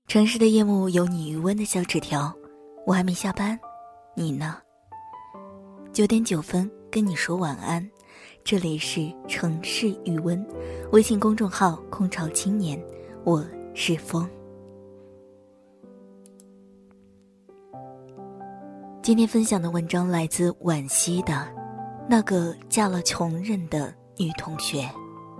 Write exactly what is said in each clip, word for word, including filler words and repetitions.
城市的夜幕有你余温的小纸条，我还没下班，你呢？九点九分跟你说晚安，这里是城市余温，微信公众号空巢青年，我是风。今天分享的文章来自惋惜的那个嫁了穷人的女同学。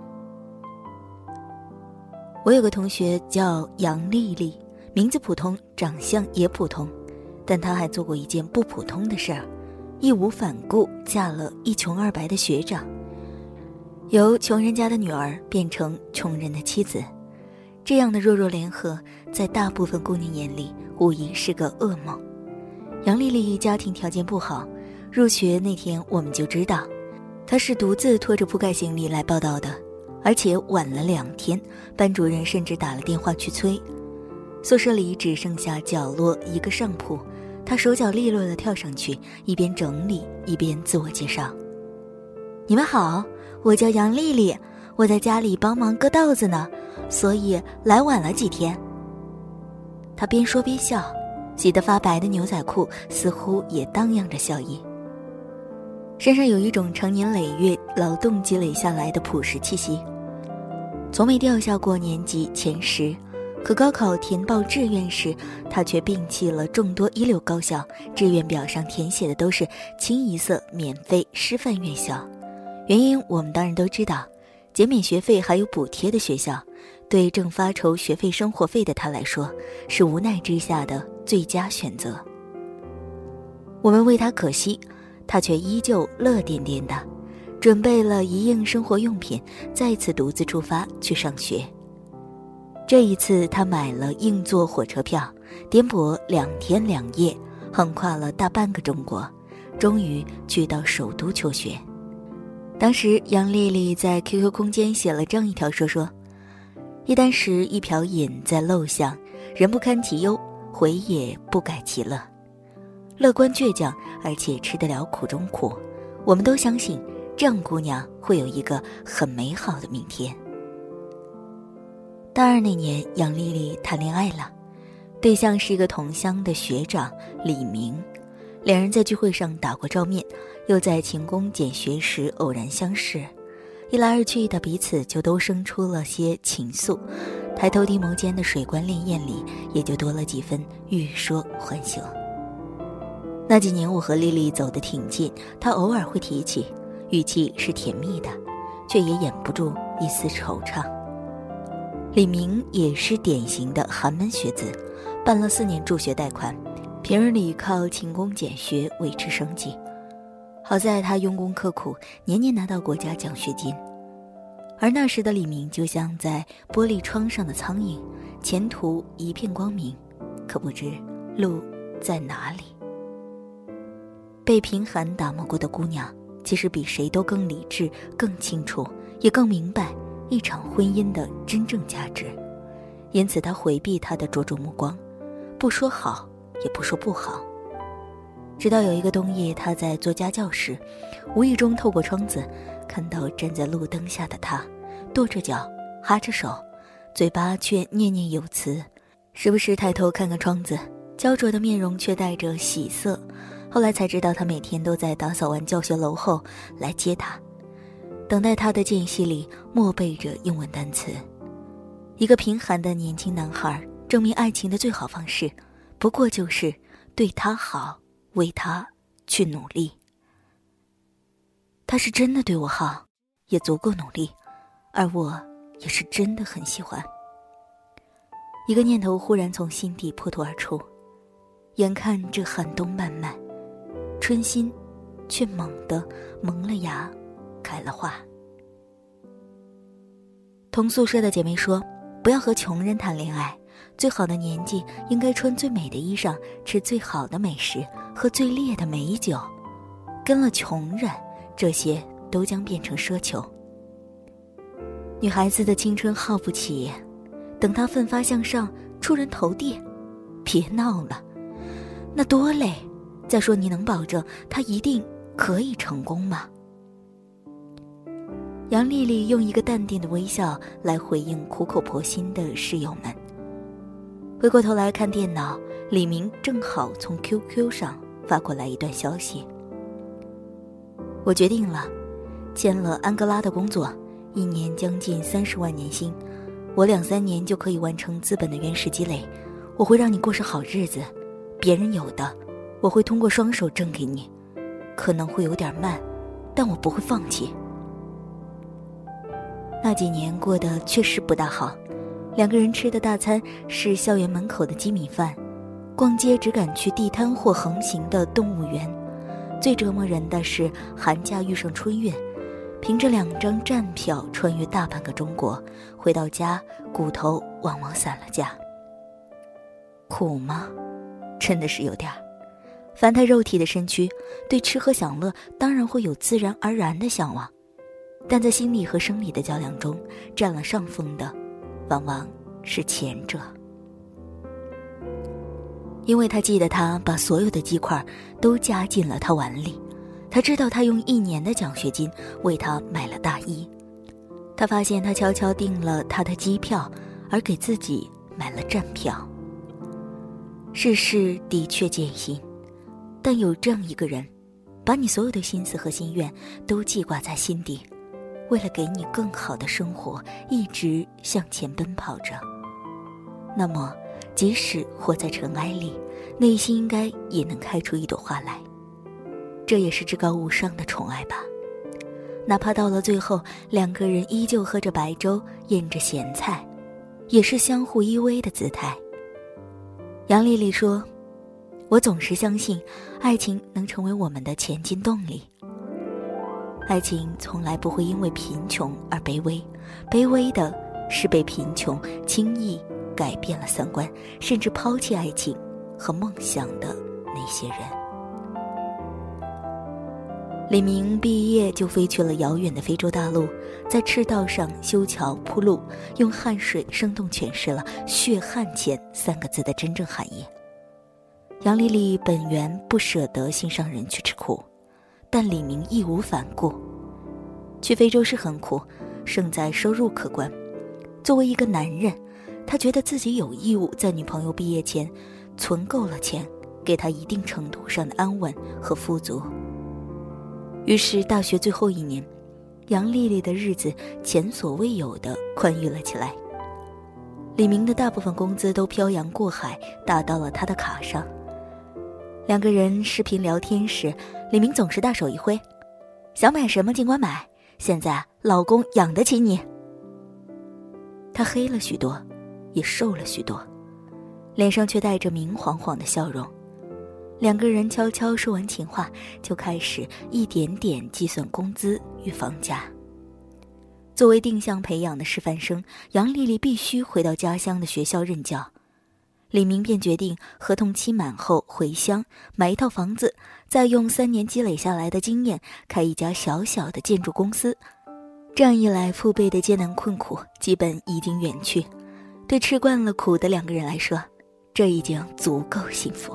我有个同学叫杨丽丽，名字普通，长相也普通，但她还做过一件不普通的事儿，义无反顾嫁了一穷二白的学长，由穷人家的女儿变成穷人的妻子。这样的弱弱联合，在大部分姑娘眼里无疑是个噩梦。杨丽丽家庭条件不好，入学那天我们就知道，她是独自拖着铺盖行李来报到的，而且晚了两天，班主任甚至打了电话去催。宿舍里只剩下角落一个上铺，她手脚利落地跳上去，一边整理一边自我介绍：你们好，我叫杨丽丽，我在家里帮忙割稻子呢，所以来晚了几天。她边说边笑，洗得发白的牛仔裤似乎也荡漾着笑意，身上有一种长年累月劳动积累下来的朴实气息，从没掉下过年级前十。可高考填报志愿时，他却摒弃了众多一流高校，志愿表上填写的都是清一色免费师范院校。原因我们当然都知道，减免学费还有补贴的学校，对正发愁学费生活费的他来说，是无奈之下的最佳选择。我们为他可惜，他却依旧乐颠颠的，准备了一应生活用品，再次独自出发去上学。这一次他买了硬座火车票，颠簸两天两夜，横跨了大半个中国，终于去到首都求学。当时杨丽丽在 Q Q 空间写了这样一条说说：一箪食一瓢饮在陋巷，人不堪其忧，回也不改其乐。乐观倔强，而且吃得了苦中苦，我们都相信这样姑娘会有一个很美好的明天。大二那年，杨丽丽谈恋爱了，对象是一个同乡的学长李明，两人在聚会上打过照面，又在勤工俭学时偶然相识，一来二去的彼此就都生出了些情愫，抬头低眸间的水观潋滟里也就多了几分欲说还休。那几年我和丽丽走得挺近，她偶尔会提起，语气是甜蜜的，却也掩不住一丝惆怅。李明也是典型的寒门学子，办了四年助学贷款，平日里靠勤工俭学维持生计。好在他用功刻苦，年年拿到国家奖学金。而那时的李明就像在玻璃窗上的苍蝇，前途一片光明，可不知路在哪里。被贫寒打磨过的姑娘，其实比谁都更理智，更清楚，也更明白一场婚姻的真正价值，因此他回避他的灼灼目光，不说好也不说不好。直到有一个冬夜，他在做家教时，无意中透过窗子看到站在路灯下的他，跺着脚，哈着手，嘴巴却念念有词，时不时抬头看看窗子，焦灼的面容却带着喜色。后来才知道，他每天都在打扫完教学楼后来接他，等待他的间隙里默背着英文单词。一个贫寒的年轻男孩证明爱情的最好方式，不过就是对他好，为他去努力。他是真的对我好，也足够努力，而我也是真的很喜欢。一个念头忽然从心底破土而出，眼看这寒冬漫漫，春心却猛地萌了芽，开了花。同宿舍的姐妹说，不要和穷人谈恋爱，最好的年纪应该穿最美的衣裳，吃最好的美食，喝最烈的美酒。跟了穷人，这些都将变成奢求。女孩子的青春耗不起，等她奋发向上，出人头地，别闹了，那多累。再说，你能保证她一定可以成功吗？杨丽丽用一个淡定的微笑来回应苦口婆心的室友们。 回过头来看电脑，李明正好从 Q Q 上发过来一段消息：我决定了，签了安哥拉的工作，一年将近三十万年薪，我两三年就可以完成资本的原始积累，我会让你过上好日子，别人有的，我会通过双手挣给你，可能会有点慢，但我不会放弃。那几年过得确实不大好，两个人吃的大餐是校园门口的鸡米饭，逛街只敢去地摊或横行的动物园，最折磨人的是寒假遇上春运，凭着两张站票穿越大半个中国，回到家骨头往往散了架。苦吗？真的是有点儿。凡他肉体的身躯，对吃喝享乐当然会有自然而然的向往，但在心理和生理的较量中，占了上风的往往是前者。因为他记得他把所有的鸡块都夹进了他碗里，他知道他用一年的奖学金为他买了大衣，他发现他悄悄订了他的机票，而给自己买了站票。世事的确艰辛，但有这样一个人，把你所有的心思和心愿都记挂在心底，为了给你更好的生活，一直向前奔跑着。那么即使活在尘埃里，内心应该也能开出一朵花来。这也是至高无上的宠爱吧。哪怕到了最后，两个人依旧喝着白粥，咽着咸菜，也是相互依偎的姿态。杨丽丽说，我总是相信爱情能成为我们的前进动力。爱情从来不会因为贫穷而卑微，卑微的是被贫穷轻易改变了三观，甚至抛弃爱情和梦想的那些人。李明毕业就飞去了遥远的非洲大陆，在赤道上修桥铺路，用汗水生动诠释了血汗钱三个字的真正含义。杨丽丽本原不舍得心上人去吃苦，但李明义无反顾。去非洲是很苦，胜在收入可观。作为一个男人，他觉得自己有义务在女朋友毕业前存够了钱，给她一定程度上的安稳和富足。于是大学最后一年，杨丽丽的日子前所未有的宽裕了起来。李明的大部分工资都漂洋过海打到了他的卡上。两个人视频聊天时，李明总是大手一挥，想买什么尽管买，现在老公养得起你。他黑了许多，也瘦了许多，脸上却带着明晃晃的笑容。两个人悄悄说完情话，就开始一点点计算工资与房价。作为定向培养的师范生，杨丽丽必须回到家乡的学校任教。李明便决定合同期满后回乡买一套房子，再用三年积累下来的经验开一家小小的建筑公司。这样一来，父辈的艰难困苦基本已经远去，对吃惯了苦的两个人来说，这已经足够幸福。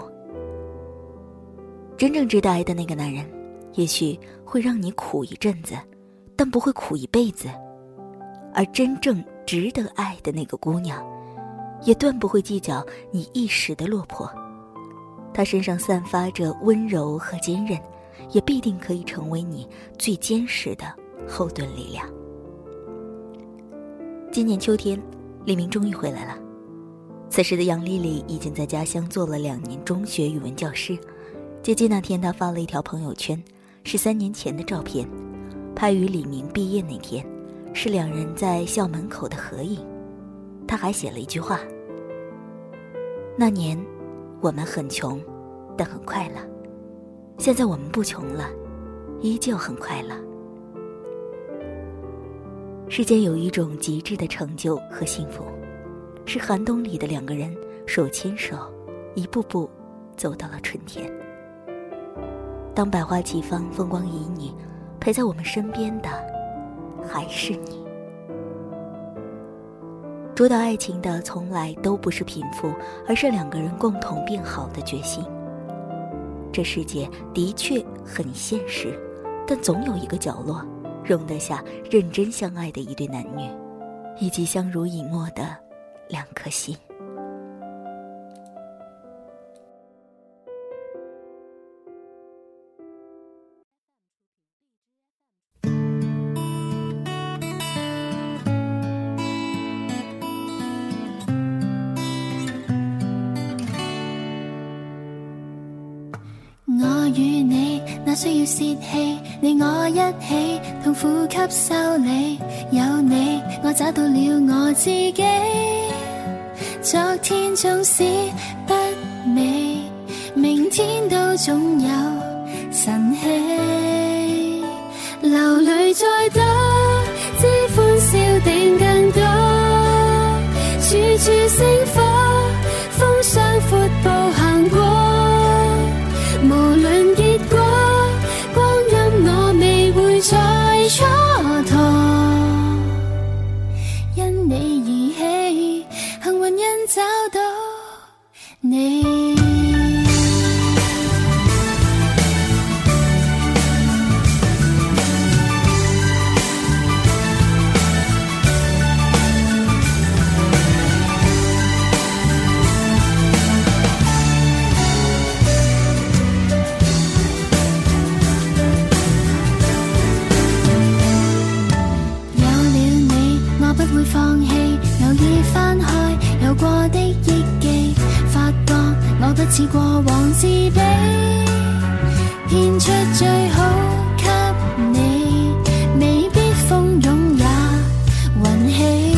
真正值得爱的那个男人，也许会让你苦一阵子，但不会苦一辈子。而真正值得爱的那个姑娘，也断不会计较你一时的落魄。她身上散发着温柔和坚韧，也必定可以成为你最坚实的后盾力量。今年秋天，李明终于回来了。此时的杨丽丽已经在家乡做了两年中学语文教师。接机那天，她发了一条朋友圈，是三年前的照片，拍于李明毕业那天，是两人在校门口的合影。她还写了一句话：那年我们很穷，但很快乐。现在我们不穷了，依旧很快乐。世间有一种极致的成就和幸福，是寒冬里的两个人手牵手，一步步走到了春天。当百花齐放，风光旖旎，陪在我们身边的还是你。主导爱情的从来都不是贫富，而是两个人共同变好的决心。这世界的确很现实，但总有一个角落容得下认真相爱的一对男女，以及相濡以沫的两颗心。 我與你，那需要泄氣，你我一起痛苦吸收你，有你我找到了我自己。昨天縱使不美，明天都總有晨曦。流淚再多，知歡笑定更多，處處星火，風霜闊步行過，無論結果，光陰我未會再蹉跎。因你而起，幸運因找到你。放棄，偶爾翻開有過的憶記，發覺我不似過往自卑，獻出最好給你，未必蜂擁也運起。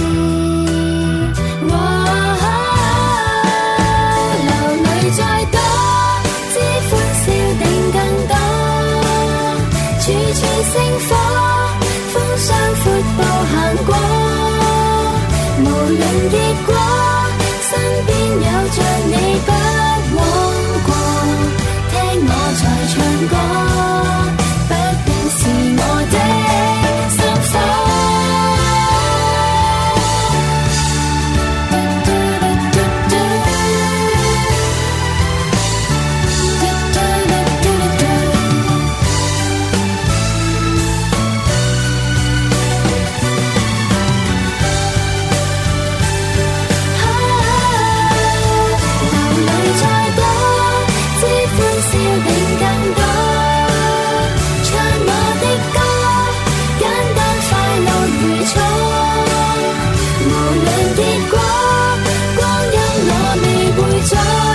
流淚再多，知歡笑定更多，處處星火，風霜闊步行過，無論結果，身邊有着你不枉過，聽我在唱歌，不變是我的心火。无论结果，光阴我未会再